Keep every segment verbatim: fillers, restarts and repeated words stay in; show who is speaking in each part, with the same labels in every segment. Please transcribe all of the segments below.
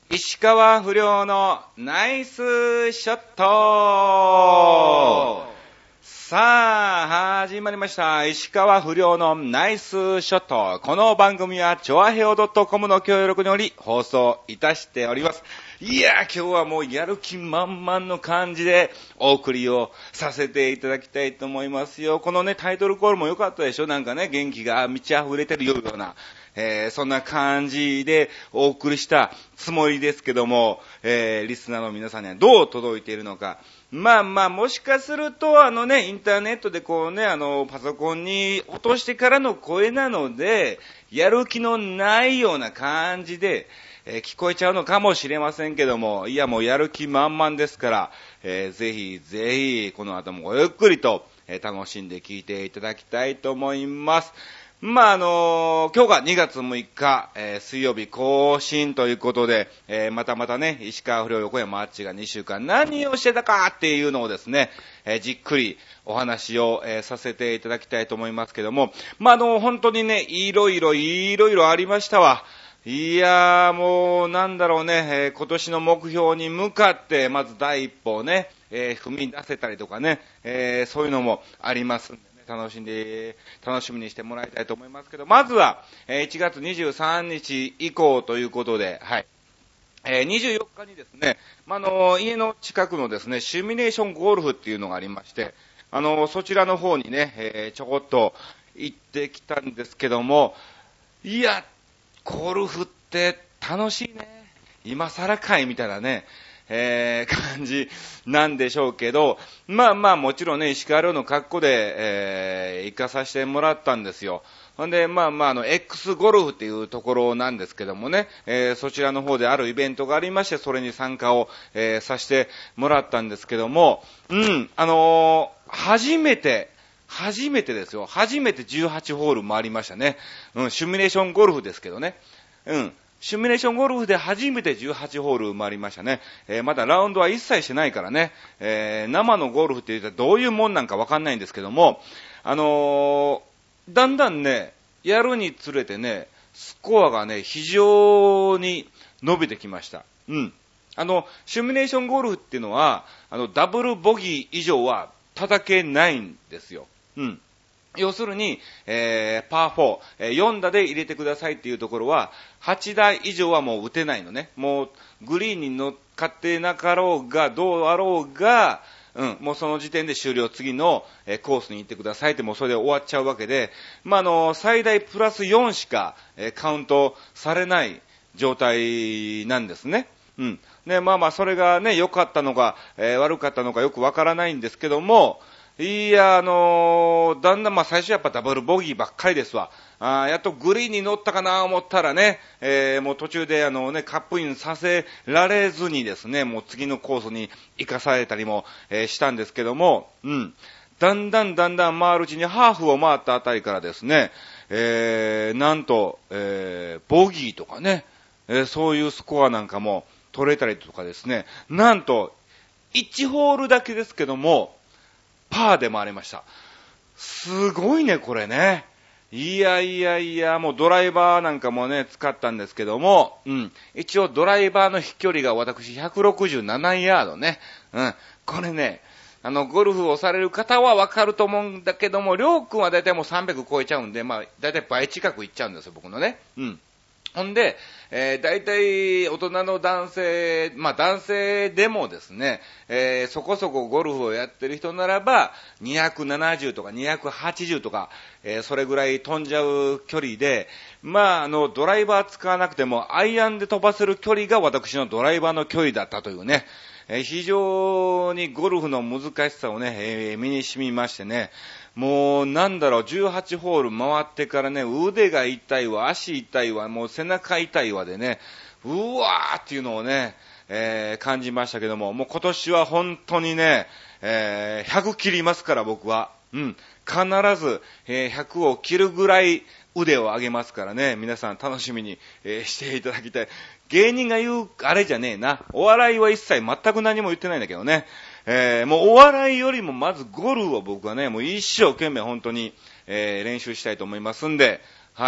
Speaker 1: 石川不良のナイスショット。さあ始まりました、石川不良のナイスショット。この番組はチョアヘオ .com の協力により放送いたしております。いやー、今日はもうやる気満々の感じでお送りをさせていただきたいと思いますよ。このねタイトルコールも良かったでしょ。なんかね、元気が満ち溢れてるような、えー、そんな感じでお送りしたつもりですけども、えー、リスナーの皆さんにはどう届いているのか。まあまあ、もしかするとあのね、インターネットでこうね、あのパソコンに落としてからの声なので、やる気のないような感じでえー、聞こえちゃうのかもしれませんけども、いやもうやる気満々ですから、えー、ぜひぜひこの後もごゆっくりと、えー、楽しんで聞いていただきたいと思います。まああのー、今日がにがつむいか、えー、水曜日更新ということで、えー、またまたね、石川不良横山あっちがにしゅうかん何をしてたかっていうのをですね、えー、じっくりお話を、えー、させていただきたいと思いますけども、まああのー、本当にね、いろいろいろいろありましたわ。いやーもうなんだろうね、えー、今年の目標に向かってまず第一歩をね、えー、踏み出せたりとかね、えー、そういうのもありますんでね、楽しんで楽しみにしてもらいたいと思いますけど、まずは、えー、いちがつにじゅうさんにち以降ということで、はい、えー、にじゅうよっかにですね、まあのー、家の近くのですねシミュレーションゴルフっていうのがありまして、あのー、そちらの方にね、えー、ちょこっと行ってきたんですけども、いやゴルフって楽しいね。今更かいみたいなね、えー、感じなんでしょうけど、まあまあもちろんね、石川遼の格好で、えー、行かさせてもらったんですよ。ほんで、まあまあ、あの、X ゴルフっていうところなんですけどもね、えー、そちらの方であるイベントがありまして、それに参加を、えー、させてもらったんですけども、うん、あのー、初めて、初めてですよ。初めてじゅうはちホール回りましたね。うん、シミュレーションゴルフですけどね。うん。シミュレーションゴルフで初めてじゅうはちホール回りましたね。えー、まだラウンドは一切してないからね。えー、生のゴルフって言ったらどういうもんなんかわかんないんですけども、あのー、だんだんね、やるにつれてね、スコアがね、非常に伸びてきました。うん。あの、シミュレーションゴルフっていうのは、あの、ダブルボギー以上は叩けないんですよ。うん。要するに、えー、パーフォー、えー、よん打で入れてくださいっていうところは、はち打以上はもう打てないのね。もう、グリーンに乗っかってなかろうが、どうあろうが、うん、もうその時点で終了、次の、えー、コースに行ってくださいって、もうそれで終わっちゃうわけで、まあ、あの、最大プラスよんしか、えー、カウントされない状態なんですね。うん。ね、まあまあ、それがね、良かったのか、えー、悪かったのかよくわからないんですけども、いや、あのー、だんだん、まあ、最初やっぱダブルボギーばっかりですわ。あやっとグリーンに乗ったかな思ったらね、えー、もう途中であのね、カップインさせられずにですね、もう次のコースに行かされたりも、えー、したんですけども、うん。だんだんだんだん回るうちにハーフを回ったあたりからですね、えー、なんと、えー、ボギーとかね、えー、そういうスコアなんかも取れたりとかですね、なんと、いちホールだけですけども、パーで回りました。すごいね、これね。いやいやいや、もうドライバーなんかもね、使ったんですけども、うん。一応ドライバーの飛距離が私ひゃくろくじゅうななヤードね。うん。これね、あの、ゴルフをされる方はわかると思うんだけども、りょうくんはだいたいもうさんびゃく超えちゃうんで、まあ、だいたい倍近くいっちゃうんですよ、僕のね。うん。ほんで、えー、大体大人の男性、まあ男性でもですね、えー、そこそこゴルフをやってる人ならば、にひゃくななじゅうとかにひゃくはちじゅうとか、えー、それぐらい飛んじゃう距離で、まああの、ドライバー使わなくても、アイアンで飛ばせる距離が私のドライバーの距離だったというね、えー、非常にゴルフの難しさをね、えー、身に染みましてね、もうなんだろう、じゅうはちホール回ってからね、腕が痛いわ、足痛いわ、もう背中痛いわでね、うわーっていうのをね、えー、感じましたけども、もう今年は本当にね、えー、ひゃく切りますから僕は。うん。必ず、えー、ひゃくを切るぐらい腕を上げますからね、皆さん楽しみに、えー、していただきたい。芸人が言う、あれじゃねえな。お笑いは一切全く何も言ってないんだけどね。えー、もうお笑いよりもまずゴルフを僕はね、もう一生懸命本当に、えー、練習したいと思いますんで、はい。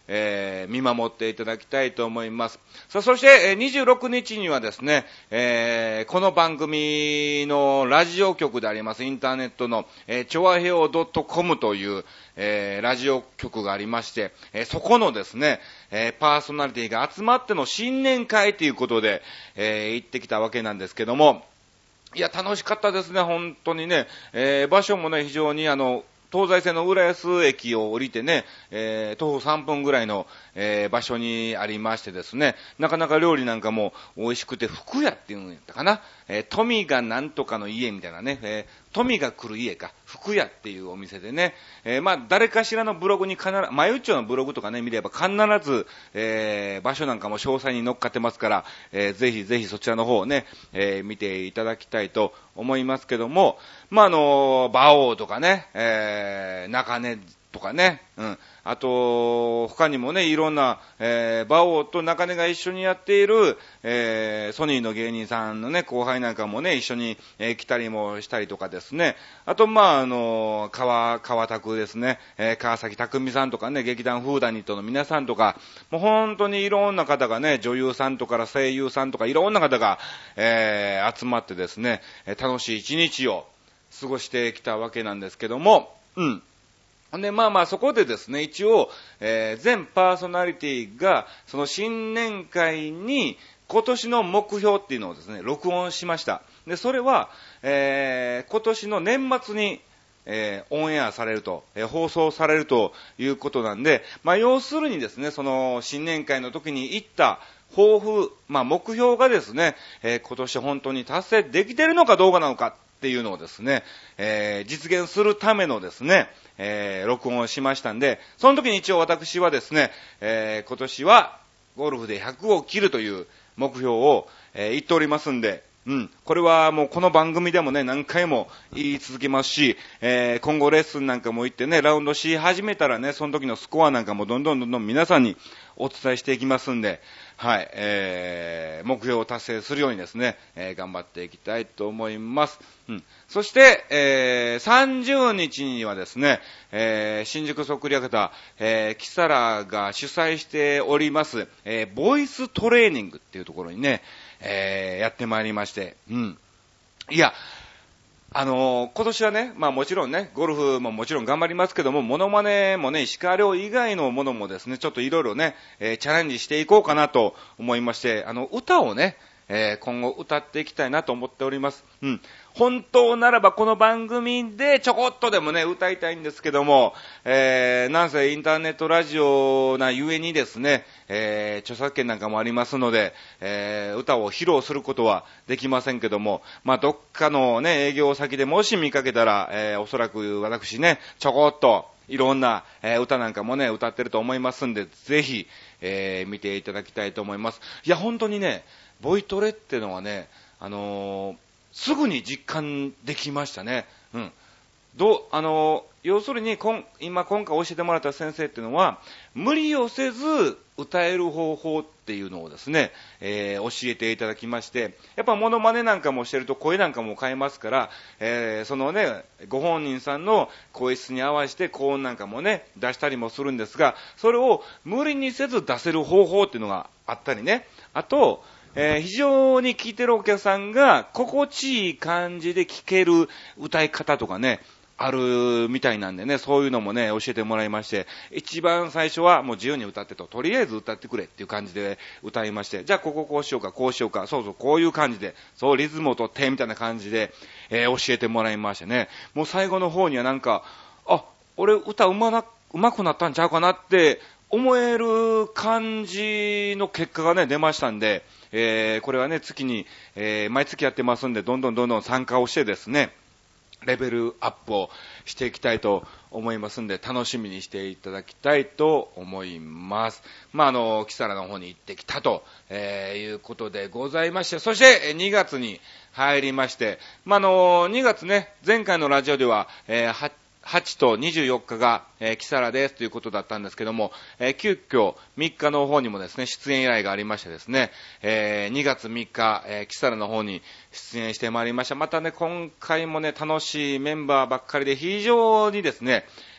Speaker 1: えー、見守っていただきたいと思います。さあ、そして、にじゅうろくにちにはですね、えー、この番組のラジオ局であります、インターネットの、えー、チョアヘオ .com という、えー、ラジオ局がありまして、えー、そこのですね、えー、パーソナリティが集まっての新年会ということで、えー、行ってきたわけなんですけども、いや、楽しかったですね、本当にね。えー、場所もね、非常にあの、東西線の浦安駅を降りてね、えー、徒歩さんぷんぐらいの、えー、場所にありましてですね、なかなか料理なんかも美味しくて、福屋っていうんやったかな、えー、富がなんとかの家みたいなね、えー、富が来る家か、福屋っていうお店でね、えー、まあ、誰かしらのブログに必ず、まゆっちょのブログとかね、見れば必ず、えー、場所なんかも詳細に載っかってますから、えー、ぜひぜひそちらの方をね、えー、見ていただきたいと思いますけども、まあ、あの、馬王とかね、えー、中根とかね、うん。あと、他にもね、いろんな、えー、馬王と中根が一緒にやっている、えー、ソニーの芸人さんのね、後輩なんかもね、一緒に、えー、来たりもしたりとかですね。あと、まあ、あの、川、川拓ですね、えー、川崎匠さんとかね、劇団フーダニットの皆さんとか、もう本当にいろんな方がね、女優さんとか声優さんとかいろんな方が、えー、集まってですね、楽しい一日を過ごしてきたわけなんですけども、うん。で、まあまあそこでですね、一応、えー、全パーソナリティが、その新年会に今年の目標っていうのをですね、録音しました。で、それは、えー、今年の年末に、えー、オンエアされると、えー、放送されるということなんで、まあ要するにですね、その新年会の時に言った抱負、まあ目標がですね、えー、今年本当に達成できているのかどうかなのかっていうのをですね、えー、実現するためのですね、えー、録音をしましたんで、その時に一応私はですね、えー、今年はゴルフでひゃくを切るという目標を、えー、言っておりますんで、うん。これはもうこの番組でもね、何回も言い続けますし、えー、今後レッスンなんかも行ってね、ラウンドし始めたらね、その時のスコアなんかもどんどんどんどん皆さんにお伝えしていきますんで、はい、えー、目標を達成するようにですね、えー、頑張っていきたいと思います。うん。そして、えー、さんじゅうにちにはですね、えー、新宿そっくり館、えー、キサラが主催しております、えー、ボイストレーニングっていうところにね、えー、やってまいりまして、うん。いや、あのー、今年はね、まあもちろんね、ゴルフももちろん頑張りますけども、モノマネもね、石川遼以外のものもですね、ちょっといろいろね、えー、チャレンジしていこうかなと思いまして、あの、歌をね、えー、今後歌っていきたいなと思っております。うん。本当ならばこの番組でちょこっとでもね、歌いたいんですけども、えー、なんせインターネットラジオなゆえにですね、えー、著作権なんかもありますので、えー、歌を披露することはできませんけども、まあ、どっかのね、営業先でもし見かけたら、えー、おそらく私ね、ちょこっと、いろんな、えー、歌なんかもね、歌ってると思いますんで、ぜひ、えー、見ていただきたいと思います。いや、本当にね、ボイトレってのはね、あのー、すぐに実感できましたね。うん。どう、あのー、要するに、こん、今、今回教えてもらった先生っていうのは、無理をせず歌える方法っていうのをですね、えー、教えていただきまして、やっぱモノマネなんかもしてると声なんかも変えますから、えー、そのね、ご本人さんの声質に合わせて高音なんかもね、出したりもするんですが、それを無理にせず出せる方法っていうのがあったりね、あと、えー、非常に聴いてるお客さんが心地いい感じで聴ける歌い方とかね、あるみたいなんでね、そういうのもね、教えてもらいまして、一番最初はもう自由に歌ってと、とりあえず歌ってくれっていう感じで歌いまして、じゃあこここうしようか、こうしようか、そうそう、こういう感じで、そうリズムをとってみたいな感じで、えー、教えてもらいましてね、もう最後の方にはなんか、あ、俺歌うまな、うまくなったんちゃうかなって思える感じの結果がね、出ましたんで、えー、これはね、月に、えー、毎月やってますんで、どんどんどんどん参加をしてですね、レベルアップをしていきたいと思いますんで、楽しみにしていただきたいと思います。まあ、あの、キサラの方に行ってきたと、えー、いうことでございまして、そしてにがつに入りまして、まあ、あの、にがつね、前回のラジオでは、えー、はちとにじゅうよっかが、えー、キサラですということだったんですけども、えー、急遽みっかの方にもですね、出演依頼がありましてですね、えー、にがつみっか、えー、キサラの方に出演してまいりました。またね、今回もね、楽しいメンバーばっかりで非常にですね、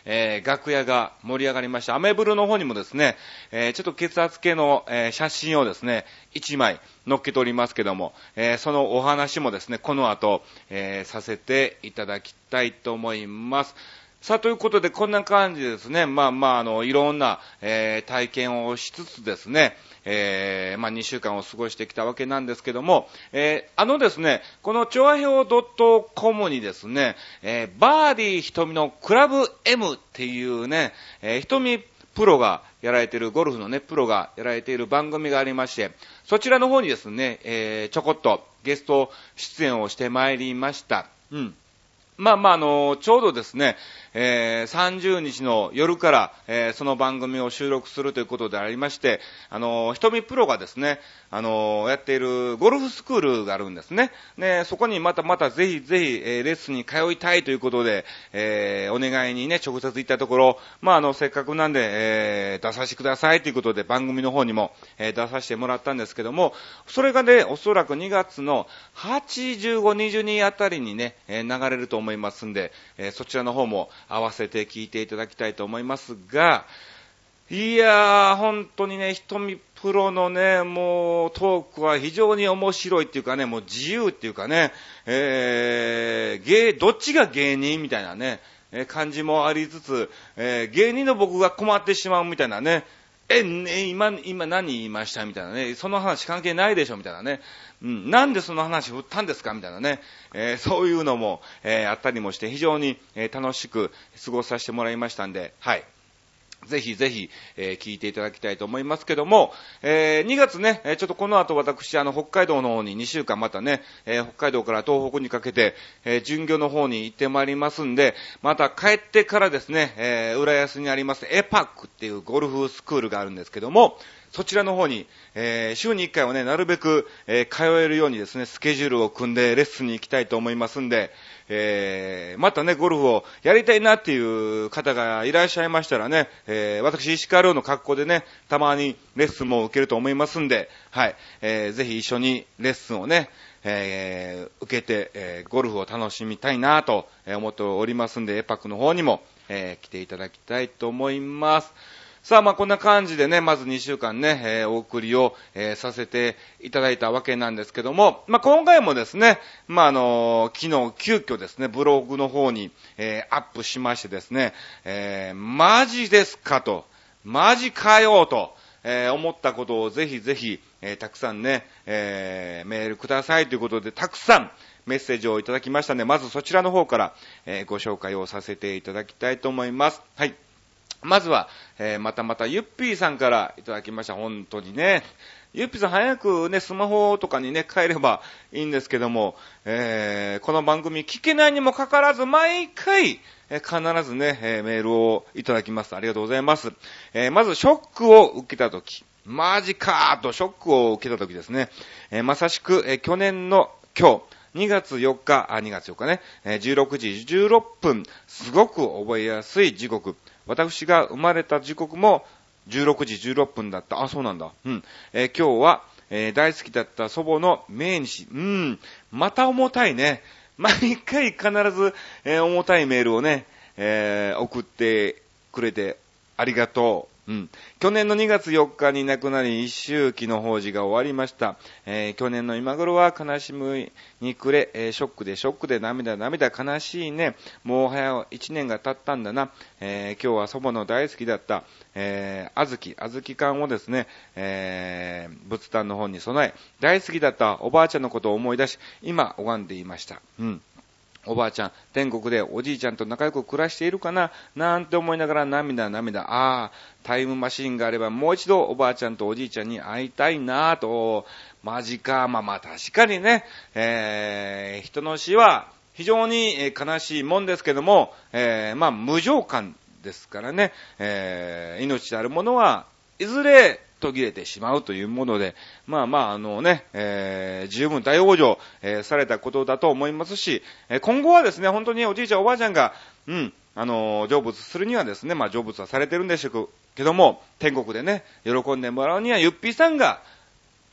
Speaker 1: えー、楽屋が盛り上がりました。アメブロの方にもですね、えー、ちょっと血圧計の、えー、写真をですね、一枚載っけておりますけども、えー、そのお話もですね、この後、えー、させていただきたいと思います。さあ、ということで、こんな感じでですね、まあまあ、あの、いろんな、えー、体験をしつつですね、えー、まあ、にしゅうかんを過ごしてきたわけなんですけども、えー、あのですね、このチョアヘオ .com にですね、えー、バーディー瞳のクラブ M っていうね、えー、瞳プロがやられている、ゴルフのね、プロがやられている番組がありまして、そちらの方にですね、えー、ちょこっとゲスト出演をしてまいりました。うん。まあまあ、あの、ちょうどですね、えー、さんじゅうにちの夜から、えー、その番組を収録するということでありまして、あの、瞳プロがですね、あの、やっているゴルフスクールがあるんですね。で、そこにまたまたぜひぜひ、えー、レッスンに通いたいということで、えー、お願いにね、直接行ったところ、まあ、あの、せっかくなんで、えー、出させてくださいということで番組の方にも、えー、出させてもらったんですけども、それがね、おそらくにがつのはちじゅうご、にじゅうにあたりにね、えー、流れると思いますんで、えー、そちらの方も合わせて聞いていただきたいと思いますが、いやー、本当にね、瞳プロのね、もうトークは非常に面白いっていうかね、もう自由っていうかね、えー、芸、どっちが芸人みたいなね、えー、感じもありつつ、えー、芸人の僕が困ってしまうみたいなね、え、ね、今、今何言いましたみたいなね、その話関係ないでしょみたいなね、うん、なんでその話振ったんですかみたいなね、えー、そういうのも、えー、あったりもして非常に、えー、楽しく過ごさせてもらいましたんで、はい。ぜひぜひ、えー、聞いていただきたいと思いますけども、えー、にがつね、ちょっとこの後私、あの、北海道の方ににしゅうかんまたね、えー、北海道から東北にかけて、えー、巡業の方に行ってまいりますんで、また帰ってからですね、えー、浦安にありますエパックっていうゴルフスクールがあるんですけども、そちらの方に、えー、週にいっかいはね、なるべく、えー、通えるようにですね、スケジュールを組んでレッスンに行きたいと思いますんで、えー、またね、ゴルフをやりたいなっていう方がいらっしゃいましたらね、えー、私、石川遼の格好でね、たまにレッスンも受けると思いますんで、はい、えー、ぜひ一緒にレッスンをね、えー、受けて、えー、ゴルフを楽しみたいなと思っておりますんで、エパックの方にも、えー、来ていただきたいと思います。さあ、まあこんな感じでね、まずにしゅうかんね、えー、お送りを、えー、させていただいたわけなんですけども、まあ今回もですね、まああのー、昨日急遽ですね、ブログの方に、えー、アップしましてですね、えー、マジですかと、マジかよと、えー、思ったことをぜひぜひ、えー、たくさんね、えー、メールくださいということで、たくさんメッセージをいただきましたので、まずそちらの方から、えー、ご紹介をさせていただきたいと思います。はい。まずは、えー、またまたゆっぴーさんからいただきました。本当にね。ゆっぴーさん早くね、スマホとかにね、変えればいいんですけども、えー、この番組聞けないにもかかわらず、毎回、えー、必ずね、えー、メールをいただきます。ありがとうございます。えー、まず、ショックを受けたとき、マジかーとショックを受けたときですね、えー、まさしく、えー、去年の今日、にがつよっか、あ、にがつよっかね、じゅうろくじじゅうろっぷん、すごく覚えやすい時刻。私が生まれた時刻もじゅうろくじじゅうろっぷんだった。あ、そうなんだ。うん。えー、今日は、えー、大好きだった祖母の命日。うん。また重たいね。毎回必ず、えー、重たいメールをね、えー、送ってくれてありがとう。うん。去年のにがつよっかに亡くなり、一周期の法事が終わりました。えー、去年の今頃は悲しむに暮れ、えー、ショックでショックで涙涙悲しいね。もう早一年が経ったんだな。えー、今日は祖母の大好きだった、えー、あずき、あずき缶をですね、えー、仏壇の方に備え、大好きだったおばあちゃんのことを思い出し、今拝んでいました。うん。おばあちゃん、天国でおじいちゃんと仲良く暮らしているかななんて思いながら涙涙。ああ、タイムマシンがあればもう一度おばあちゃんとおじいちゃんに会いたいなぁと。マジか。まあまあ確かにね、えー、人の死は非常に悲しいもんですけども、えー、まあ無常感ですからね、えー、命であるものはいずれ途切れてしまうというもので、まあまあ、あのね、えー、十分大往生、えー、されたことだと思いますし、えー、今後はですね、本当におじいちゃんおばあちゃんが、うん、あのー、成仏するにはですね、まあ成仏はされてるんでしょうけども、天国でね、喜んでもらうには、ゆっぴーさんが、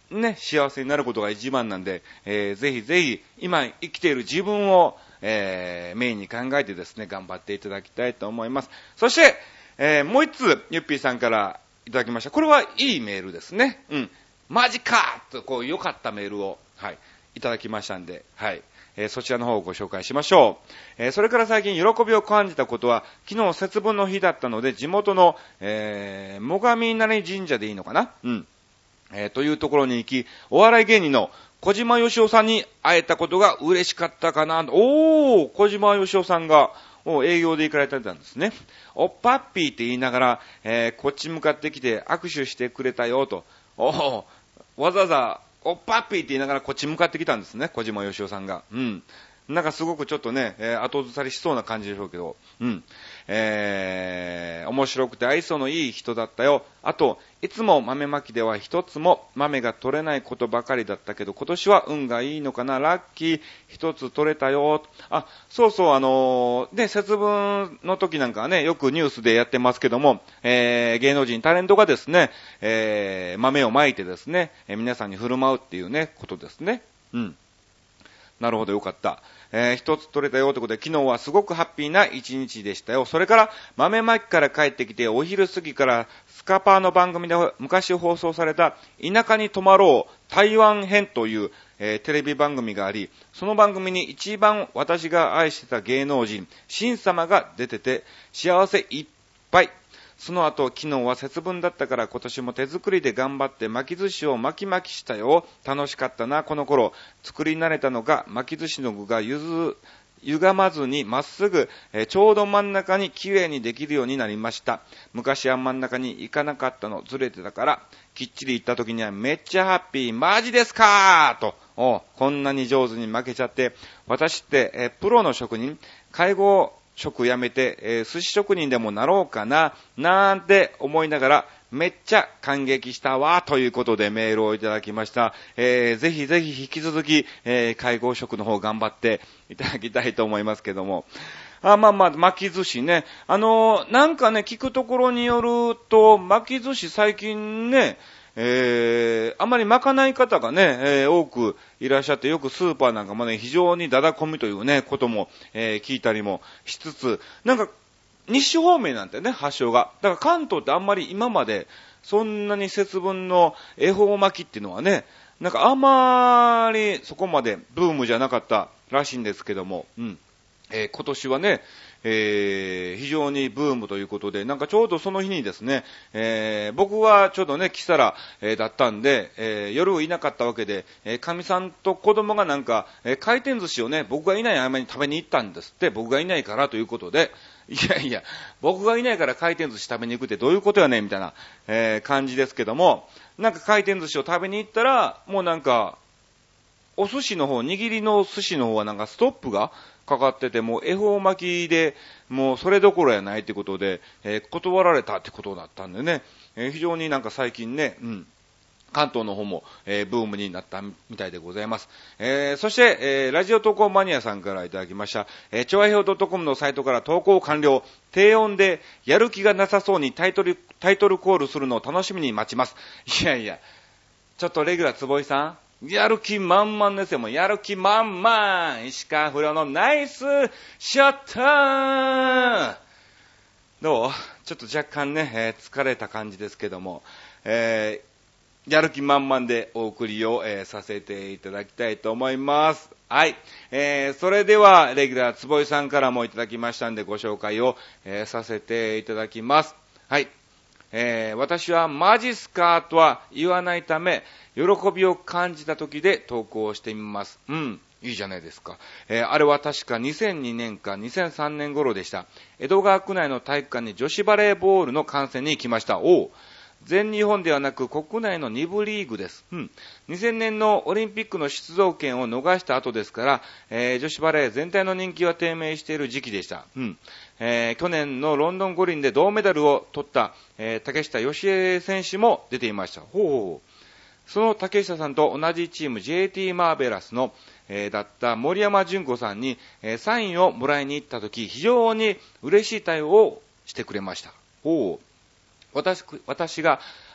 Speaker 1: ね、幸せになることが一番なんで、えー、ぜひぜひ、今生きている自分を、えー、メインに考えてですね、頑張っていただきたいと思います。そして、えー、もう一つ、ゆっぴーさんからいただきました。これはいいメールですね。うん。マジかと、こう、良かったメールを、はい、いただきましたんで、はい。えー、そちらの方をご紹介しましょう。えー、それから最近喜びを感じたことは、昨日節分の日だったので、地元の、えー、最上稲荷神社でいいのかな、うん。えー、というところに行き、お笑い芸人の小島よしおさんに会えたことが嬉しかったかな。おー、小島よしおさんが、営業で行かれてたんですね。おっぱっぴーって言いながら、えー、こっち向かってきて握手してくれたよと。おー、わざわざ、おっぱっぴーって言いながらこっち向かってきたんですね、小島よしおさんが。うん。なんかすごくちょっとね、えー、後ずさりしそうな感じでしょうけど、うん。えー、面白くて愛想のいい人だったよ。あと、いつも豆まきでは一つも豆が取れないことばかりだったけど、今年は運がいいのかな、ラッキー、一つ取れたよ。あ、そうそう、あのー、ね、節分の時なんかはね、よくニュースでやってますけども、えー、芸能人、タレントがですね、えー、豆をまいてですね、えー、皆さんに振る舞うっていうね、ことですね。うん。なるほど、よかった。えー、一つ取れたよということで、昨日はすごくハッピーな一日でしたよ。それから、豆まきから帰ってきて、お昼過ぎからスカパーの番組で昔放送された、田舎に泊まろう台湾編という、えー、テレビ番組があり、その番組に一番私が愛してた芸能人、シン様が出てて、幸せいっぱい。その後、昨日は節分だったから今年も手作りで頑張って巻き寿司を巻き巻きしたよ。楽しかったな、この頃。作り慣れたのが巻き寿司の具がゆず、歪まずにまっすぐ、えー、ちょうど真ん中に綺麗にできるようになりました。昔は真ん中に行かなかったのずれてたから、きっちり行った時にはめっちゃハッピー、マジですかーと、おこんなに上手に負けちゃって、私って、えー、プロの職人、介護職辞めて、えー、寿司職人でもなろうかな、なんて思いながら、めっちゃ感激したわ、ということでメールをいただきました。えー、ぜひぜひ引き続き、えー、介護職の方頑張っていただきたいと思いますけども。あ、まあまあ、巻き寿司ね。あのー、なんかね、聞くところによると、巻き寿司最近ね、えー、あまり巻かない方がね、えー、多くいらっしゃって、よくスーパーなんかもね、非常にだだこみというね、ことも、えー、聞いたりもしつつ、なんか、西方面なんてね、発祥が。だから関東ってあんまり今まで、そんなに節分の恵方巻きっていうのはね、なんかあんまりそこまでブームじゃなかったらしいんですけども、うん。えー、今年はね、えー、非常にブームということで、なんかちょうどその日にですね、えー、僕はちょうどね、キサラ、えー、だったんで、えー、夜いなかったわけで、えー、神さんと子供がなんか、えー、回転寿司をね、僕がいない合間に食べに行ったんですって、僕がいないからということで、いやいや、僕がいないから回転寿司食べに行くってどういうことやねんみたいな、えー、感じですけども、なんか回転寿司を食べに行ったら、もうなんか、お寿司の方、握りの寿司の方はなんかストップがかかってて、もう恵方巻きで、もうそれどころやないってことで、えー、断られたってことだったんでね、えー、非常になんか最近ね、うん、関東の方も、えー、ブームになったみたいでございます。えー、そして、えー、ラジオ投稿マニアさんからいただきました、えー、ちょわひょう .com のサイトから投稿完了、低音でやる気がなさそうにタイトル、タイトルコールするのを楽しみに待ちます。いやいや、ちょっとレギュラー坪井さん、やる気満々ですよ。もうやる気満々。石川不良のナイスショット。どう？ちょっと若干ね、えー、疲れた感じですけども、えー、やる気満々でお送りを、えー、させていただきたいと思います。はい。えー、それでは、レギュラー坪井さんからもいただきましたんで、ご紹介を、えー、させていただきます。はい。えー、私はマジっすかとは言わないため、喜びを感じた時で投稿してみます。うん、いいじゃないですか。えー、あれは確かにせんにねんかにせんさんねん頃でした。江戸川区内の体育館に女子バレーボールの観戦に行きました。おう。全日本ではなく国内のに部リーグです。うん。にせんねんのオリンピックの出場権を逃した後ですから、えー、女子バレー全体の人気は低迷している時期でした。うん。えー、去年のロンドン五輪で銅メダルを取った、えー、竹下義恵選手も出ていました。ほう。その竹下さんと同じチーム ジェーティー マーベラスの、えー、だった森山純子さんに、えー、サインをもらいに行った時、非常に嬉しい対応をしてくれました。ほう。私、私が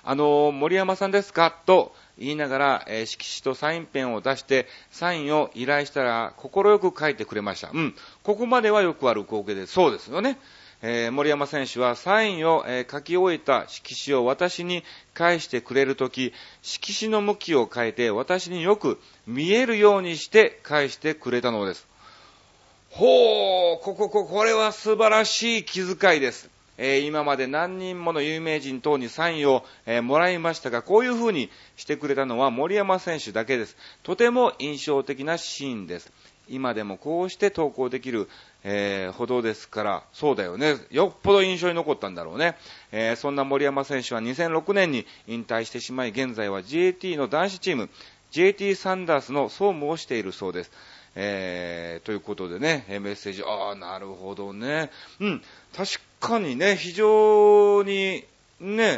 Speaker 1: あの、森山さんですかと言いながら、えー、色紙とサインペンを出して、サインを依頼したら、快く書いてくれました。うん。ここまではよくある光景で、そうですよね。えー、森山選手はサインを、えー、書き終えた色紙を私に返してくれるとき、色紙の向きを変えて私によく見えるようにして返してくれたのです。ほう、ここ、こ、これは素晴らしい気遣いです。えー、今まで何人もの有名人等にサインを、えー、もらいましたが、こういう風にしてくれたのは森山選手だけです。とても印象的なシーンです。今でもこうして投稿できる、えー、ほどですから、そうだよね。よっぽど印象に残ったんだろうね。えー、そんな森山選手はにせんろくねんに引退してしまい、現在は ジェーティー の男子チーム、ジェーティー サンダースの総務をしているそうです。えー、ということでね、メッセージ、ああ、なるほどね。うん、確かにね、非常にね、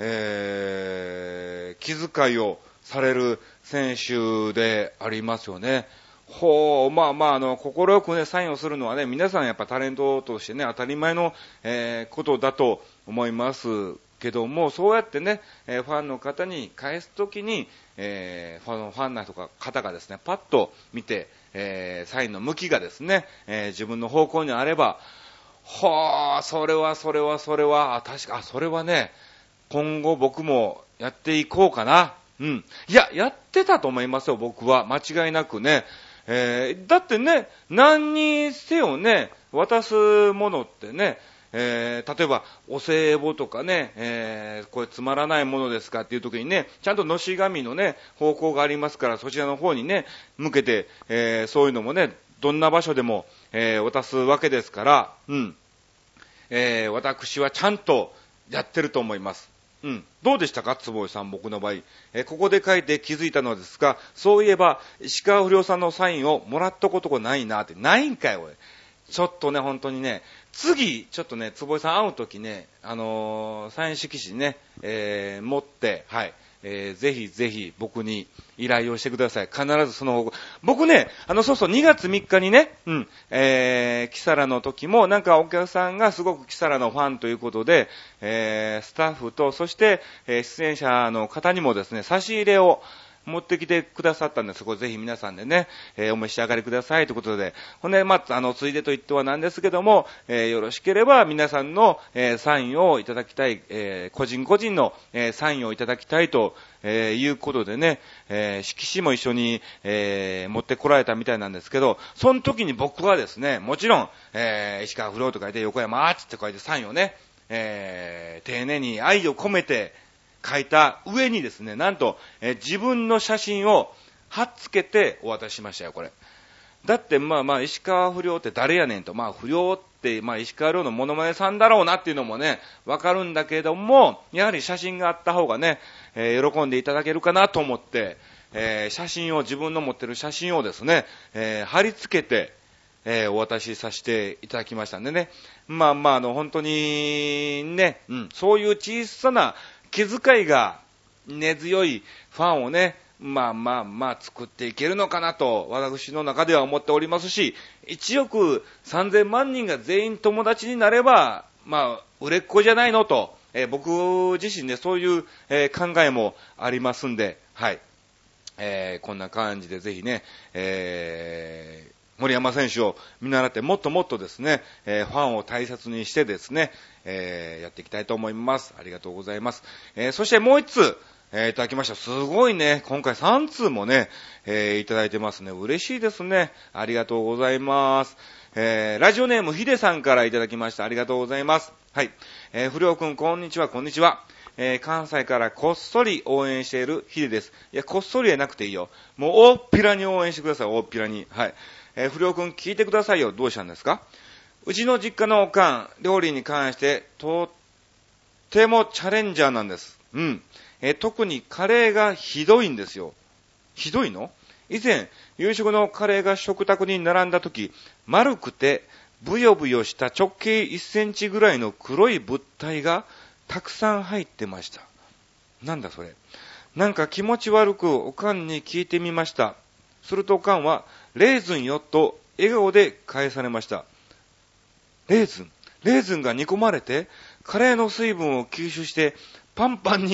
Speaker 1: えー、気遣いをされる選手でありますよね。ほう、まあまあ、あの、心よくね、サインをするのはね、皆さんやっぱタレントとしてね、当たり前の、えー、ことだと思いますけども、そうやってね、えー、ファンの方に返すときに、えー、ファン、ファンの方がですね、パッと見て、えー、サインの向きがですね、えー、自分の方向にあれば、はあ、それは、それは、それは、あ、確か、あ、それはね、今後僕もやっていこうかな。うん。いや、やってたと思いますよ、僕は。間違いなくね。えー、だってね、何にせよね、渡すものってね、えー、例えば、お歳暮とかね、えー、これつまらないものですかっていう時にね、ちゃんとのし紙のね、方向がありますから、そちらの方にね、向けて、えー、そういうのもね、どんな場所でも、えー、渡すわけですから、うん。えー、私はちゃんとやってると思います。うん。どうでしたか坪井さん、僕の場合。えー、ここで書いて気づいたのですが、そういえば、石川不良さんのサインをもらったことがないなって、ないんかい、おい。ちょっとね、本当にね、次、ちょっとね、坪井さん会うときね、あのー、サイン色紙ね、えー、持って、はい、えー、ぜひぜひ僕に依頼をしてください。必ずその方向。僕ね、あの、そうそう、にがつみっかにね、うん、えー、キサラの時も、なんかお客さんがすごくキサラのファンということで、えー、スタッフと、そして、えー、出演者の方にもですね、差し入れを、持ってきてくださったんで、そこぜひ皆さんでね、えー、お召し上がりくださいということで、ほんで、まあ、あの、ついでと言ってはなんですけども、えー、よろしければ皆さんの、えー、サインをいただきたい、えー、個人個人の、えー、サインをいただきたいと、えー、いうことでね、えー、色紙も一緒に、えー、持ってこられたみたいなんですけど、その時に僕はですね、もちろん、えー、石川不良と書いて横山アーチって書いてサインをね、えー、丁寧に愛を込めて、書いた上にですね、なんと、えー、自分の写真を貼っつけてお渡ししましたよ、これ。だってまあまあ石川不良って誰やねんと、まあ不良ってまあ石川不良のモノマネさんだろうなっていうのもね、わかるんだけども、やはり写真があった方がね、えー、喜んでいただけるかなと思って、えー、写真を、自分の持ってる写真をですね、えー、貼り付けて、えー、お渡しさせていただきましたんでね。まあまああの本当にね、うん、そういう小さな気遣いが根強いファンをね、まあまあまあ作っていけるのかなと私の中では思っておりますし、いちおくさんぜんまんにんが全員友達になれば、まあ売れっ子じゃないのと、えー、僕自身でそういう、えー、考えもありますんで、はい。えー、こんな感じでぜひね、えー、森山選手を見習ってもっともっとですね、えー、ファンを大切にしてですね、えー、やっていきたいと思います。ありがとうございます。えー、そしてもう一通、えー、いただきました。すごいね。今回さん通もね、えー、いただいてますね。嬉しいですね。ありがとうございます。えー、ラジオネームヒデさんからいただきました。ありがとうございます。はい。えー、不良くん、こんにちは、こんにちは。えー、関西からこっそり応援しているヒデです。いや、こっそりはなくていいよ。もう大っぴらに応援してください、大っぴらに。はい。えー、不良くん聞いてくださいよ。どうしたんですか？うちの実家のおかん、料理に関して、とってもチャレンジャーなんです。うん。えー、特にカレーがひどいんですよ。ひどいの？以前、夕食のカレーが食卓に並んだ時、丸くて、ブヨブヨした直径いっセンチぐらいの黒い物体がたくさん入ってました。なんだそれ。なんか気持ち悪くおかんに聞いてみました。するとおかんは、レーズンよと笑顔で返されました。レーズンレーズンが煮込まれて、カレーの水分を吸収して、パンパンに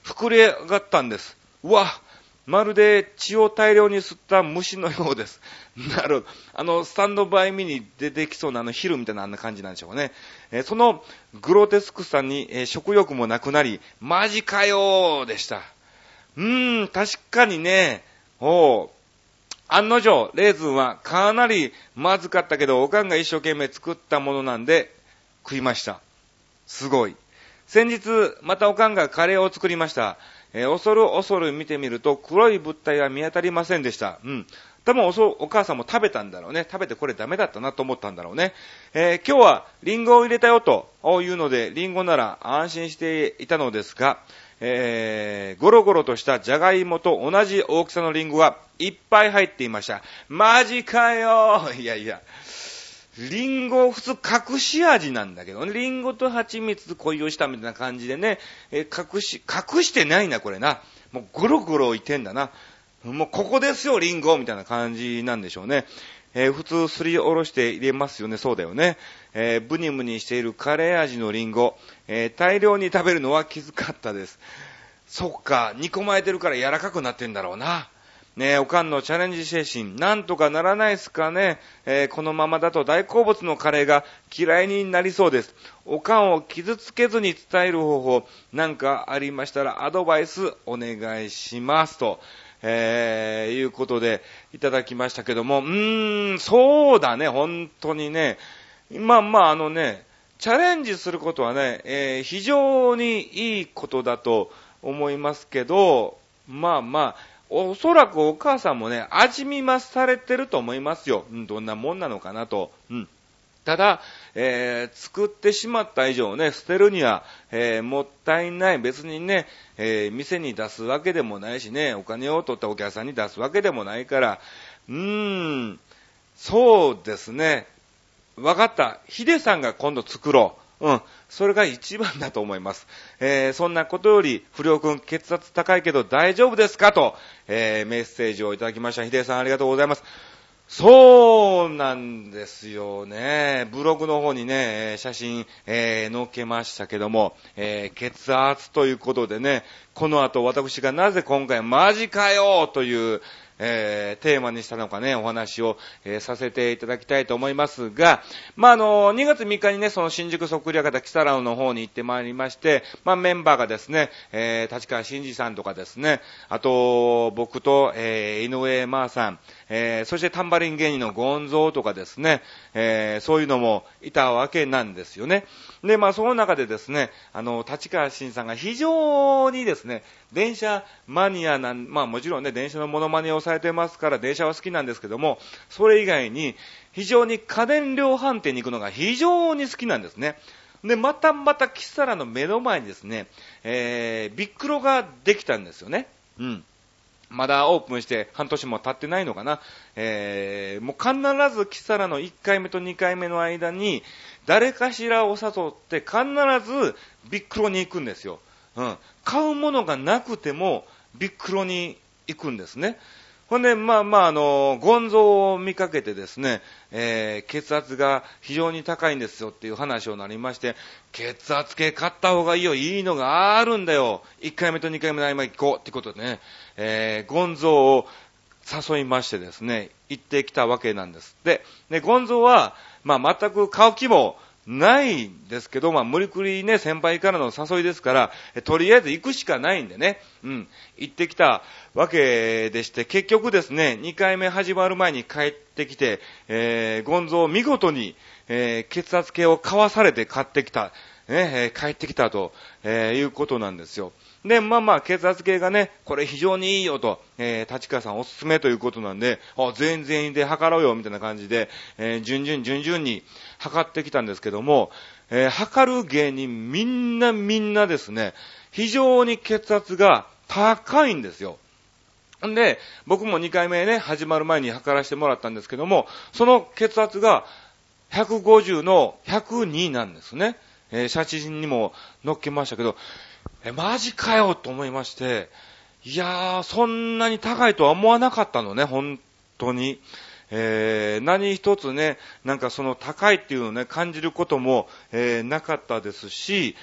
Speaker 1: 膨れ上がったんです。うわ、まるで血を大量に吸った虫のようです。なるほど。あの、スタンドバイミに出てきそうなあのヒルみたいなあんな感じなんでしょうかね。えー、そのグロテスクさに、えー、食欲もなくなり、マジかよーでした。うーん、確かにね、おー、案の定、レーズンはかなりまずかったけど、おかんが一生懸命作ったものなんで、食いました。すごい。先日、またおかんがカレーを作りました。えー、恐る恐る見てみると、黒い物体は見当たりませんでした。うん。多分おそ、お母さんも食べたんだろうね。食べてこれダメだったなと思ったんだろうね。えー、今日はリンゴを入れたよというので、リンゴなら安心していたのですが、えー、ゴロゴロとしたジャガイモと同じ大きさのリンゴがいっぱい入っていました。マジかよー。いやいや。リンゴ普通隠し味なんだけどね。リンゴと蜂蜜恋をしたみたいな感じでね、えー、隠し、隠してないな、これな。もうゴロゴロいてんだな。もうここですよ、リンゴみたいな感じなんでしょうね。えー、普通すりおろして入れますよね。そうだよね。えー、ブニムニしているカレー味のリンゴ、えー、大量に食べるのは気づかったです。そっか、煮込まれてるから柔らかくなってんだろうな。ねえ、おかんのチャレンジ精神、なんとかならないですかね。えー、このままだと大好物のカレーが嫌いになりそうです。おかんを傷つけずに伝える方法、なんかありましたらアドバイスお願いしますと。えー、いうことでいただきましたけども、うーん、そうだね、本当にね。まあまあ、あのね、チャレンジすることはね、えー、非常にいいことだと思いますけど、まあまあ、おそらくお母さんもね、味見まされてると思いますよ。うん、どんなもんなのかなと。うん。ただ、えー、作ってしまった以上ね、捨てるには、えー、もったいない。別にね、えー、店に出すわけでもないしね、お金を取ったお客さんに出すわけでもないから、うーん、そうですね。わかった。ヒデさんが今度作ろう。うん。それが一番だと思います。えー、そんなことより、不良くん血圧高いけど大丈夫ですかと、えー、メッセージをいただきました。ヒデさんありがとうございます。そうなんですよね。ブログの方にね、写真、えー、載っけましたけども、えー、血圧ということでね、この後私がなぜ今回マジかよという、えー、テーマにしたのかね、お話を、えー、させていただきたいと思いますが、まあ、あの、にがつみっかにね、その新宿そっくり館キサラの方に行ってまいりまして、まあ、メンバーがですね、えー、立川真二さんとかですね、あと、僕と、えー、井上真さん、えー、そしてタンバリン芸人のゴンゾーとかですね、えー、そういうのもいたわけなんですよね。で、まあ、その中でですね、あの、立川真さんが非常にですね、電車マニアなん、まあもちろんね、電車のモノマネをされてますから、電車は好きなんですけども、それ以外に、非常に家電量販店に行くのが非常に好きなんですね。で、またまたキサラの目の前にですね、えー、ビックロができたんですよね。うん。まだオープンして半年も経ってないのかな。えー、もう必ずキサラのいっかいめとにかいめの間に、誰かしらを誘って必ずビックロに行くんですよ。うん。買うものがなくてもビックロに行くんですね。ほんで、まあまあ、あの、ゴンゾを見かけてですね、えー、血圧が非常に高いんですよっていう話をなりまして、血圧計買った方がいいよ、いいのがあるんだよ。いっかいめとにかいめの合間行こうってことでね、えー、ゴンゾを誘いましてですね、行ってきたわけなんです。で、でゴンゾは、まあ全く買う気もないんですけど、まあ無理くりね、先輩からの誘いですから、とりあえず行くしかないんでね、うん、行ってきたわけでして、結局ですね、にかいめ始まる前に帰ってきて、えー、ゴンゾを見事に、えー、血圧計を買わされて買ってきた、ね、えー、帰ってきたと、えー、いうことなんですよ。で、まあまあ、血圧計がね、これ非常にいいよと、えー、立川さんおすすめということなんで、あ、全員全員で測ろうよ、みたいな感じで、えー、順々順々に測ってきたんですけども、えー、測る芸人みんなみんなですね、非常に血圧が高いんですよ。んで、僕もにかいめね、始まる前に測らせてもらったんですけども、その血圧がひゃくごじゅうのひゃくになんですね。えー、写真にも載っけましたけど、え、マジかよと思いまして、いやー、そんなに高いとは思わなかったのね、本当に。えー、何一つね、なんかその高いっていうのをね、感じることも、えー、なかったですし、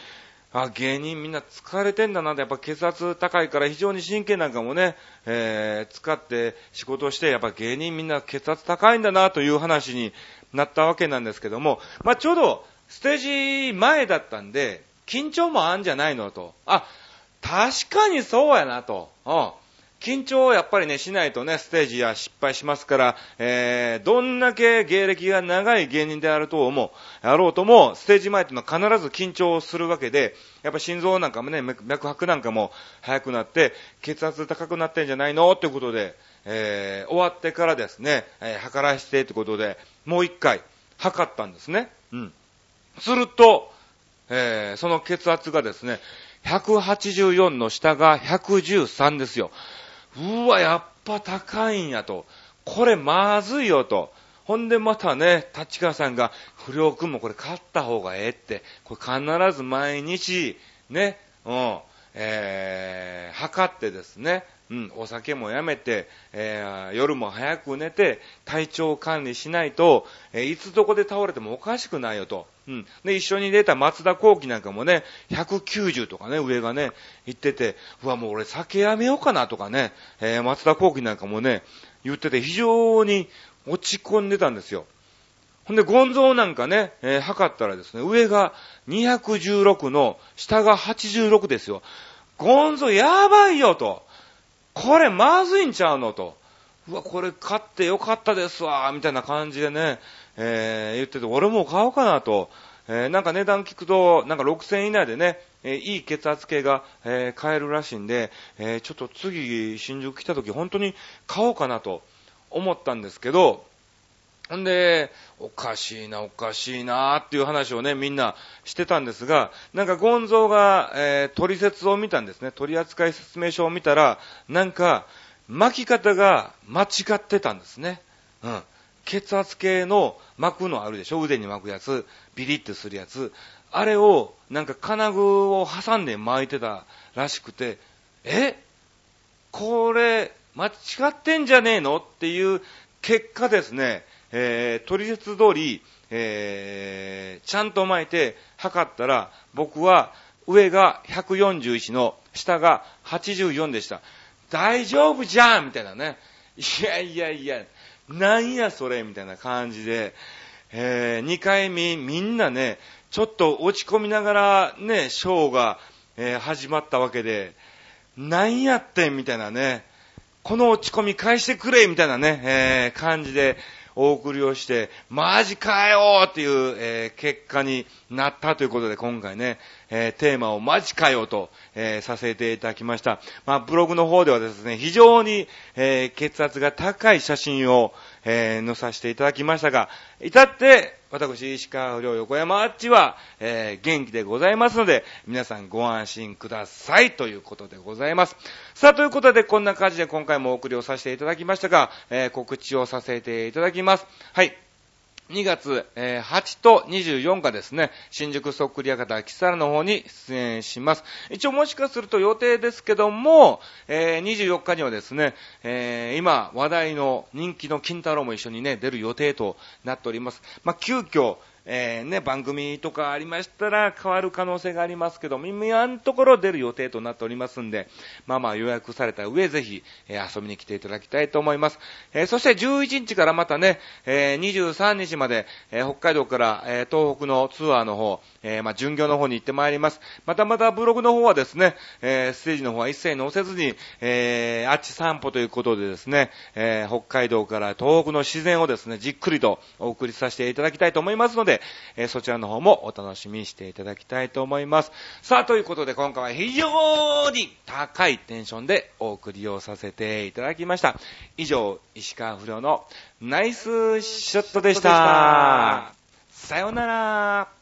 Speaker 1: あ、芸人みんな疲れてんだなって、やっぱ血圧高いから非常に神経なんかもね、えー、使って仕事をして、やっぱ芸人みんな血圧高いんだなという話になったわけなんですけども、まあ、ちょうどステージ前だったんで、緊張もあんじゃないのと。あ、確かにそうやなと。うん。緊張をやっぱりね、しないとね、ステージや失敗しますから、えー、どんだけ芸歴が長い芸人であると思う、やろうとも、ステージ前っていうのは必ず緊張するわけで、やっぱ心臓なんかもね、脈拍なんかも速くなって、血圧高くなってんじゃないのっていうことで、えー、終わってからですね、えー、測らせてってことで、もう一回、測ったんですね。うん。すると、えー、その血圧がですね、ひゃくはちじゅうよんの下がひゃくじゅうさんですよ。うわ、やっぱ高いんやと。これまずいよと。ほんでまたね、立川さんが、不良くんもこれ買った方がええって、これ必ず毎日、ね、うん、えー、測ってですね、うん、お酒もやめて、えー、夜も早く寝て、体調管理しないと、えー、いつどこで倒れてもおかしくないよと。うん。で、一緒に出た松田幸喜なんかもね、ひゃくきゅうじゅうとかね、上がね、言ってて、うわ、もう俺酒やめようかなとかね、えー、松田幸喜なんかもね、言ってて非常に落ち込んでたんですよ。ほんで、ゴンゾーなんかね、えー、測ったらですね、上がにひゃくじゅうろくの、下がはちじゅうろくですよ。ゴンゾーやばいよと。これまずいんちゃうのと。うわ、これ買ってよかったですわ、みたいな感じでね、えー、言ってて、俺も買おうかなと。えー、なんか値段聞くと、なんかろくせんえん以内でね、えー、いい血圧計が、えー、買えるらしいんで、えー、ちょっと次、新宿来た時本当に買おうかなと思ったんですけど、ほんで、おかしいな、おかしいなっていう話をね、みんなしてたんですが、なんかゴンゾーが、えー、取説を見たんですね。取扱説明書を見たら、なんか、巻き方が間違ってたんですね。うん。血圧計の巻くのあるでしょ、腕に巻くやつ、ビリッとするやつ。あれを、なんか金具を挟んで巻いてたらしくて、えこれ、間違ってんじゃねえのっていう結果ですね、えー、取説通り、えー、ちゃんと巻いて測ったら、僕は上がひゃくよんじゅういちの下がはちじゅうよんでした。大丈夫じゃんみたいなね。いやいやいや、なんやそれみたいな感じで、えー、にかいめみんなね、ちょっと落ち込みながらね、ショーが、えー、始まったわけで、なんやってんみたいなね、この落ち込み返してくれみたいなね、えー、感じでお送りをして、マジかよっていう、えー、結果になったということで今回ね、えー、テーマをマジかよと、えー、させていただきました。まあ、ブログの方ではですね、非常に、えー、血圧が高い写真を、えー、載させていただきましたが、至って、私、石川不良横山あっちは、えー、元気でございますので、皆さんご安心くださいということでございます。さあ、ということで、こんな感じで今回もお送りをさせていただきましたが、えー、告知をさせていただきます。はい。にがつ、えー、はちとにじゅうよっかですね、新宿そっくり館キサラの方に出演します。一応もしかすると予定ですけども、えー、にじゅうよっかにはですね、えー、今話題の人気の金太郎も一緒にね、出る予定となっております。まあ、急遽、えー、ね、番組とかありましたら変わる可能性がありますけど、今のところ出る予定となっておりますんで、まあまあ予約された上ぜひ、えー、遊びに来ていただきたいと思います。えー、そしてじゅういちにちからまたね、えー、にじゅうさんにちまで、えー、北海道から、えー、東北のツアーの方、えー、まあ巡業の方に行ってまいります。またまたブログの方はですね、えー、ステージの方は一切載せずに、えー、あっち散歩ということでですね、えー、北海道から東北の自然をですね、じっくりとお送りさせていただきたいと思いますので、えー、そちらの方もお楽しみにしていただきたいと思います。さあ、ということで今回は非常に高いテンションでお送りをさせていただきました。以上、石川不良のナイスショットでした。さようなら。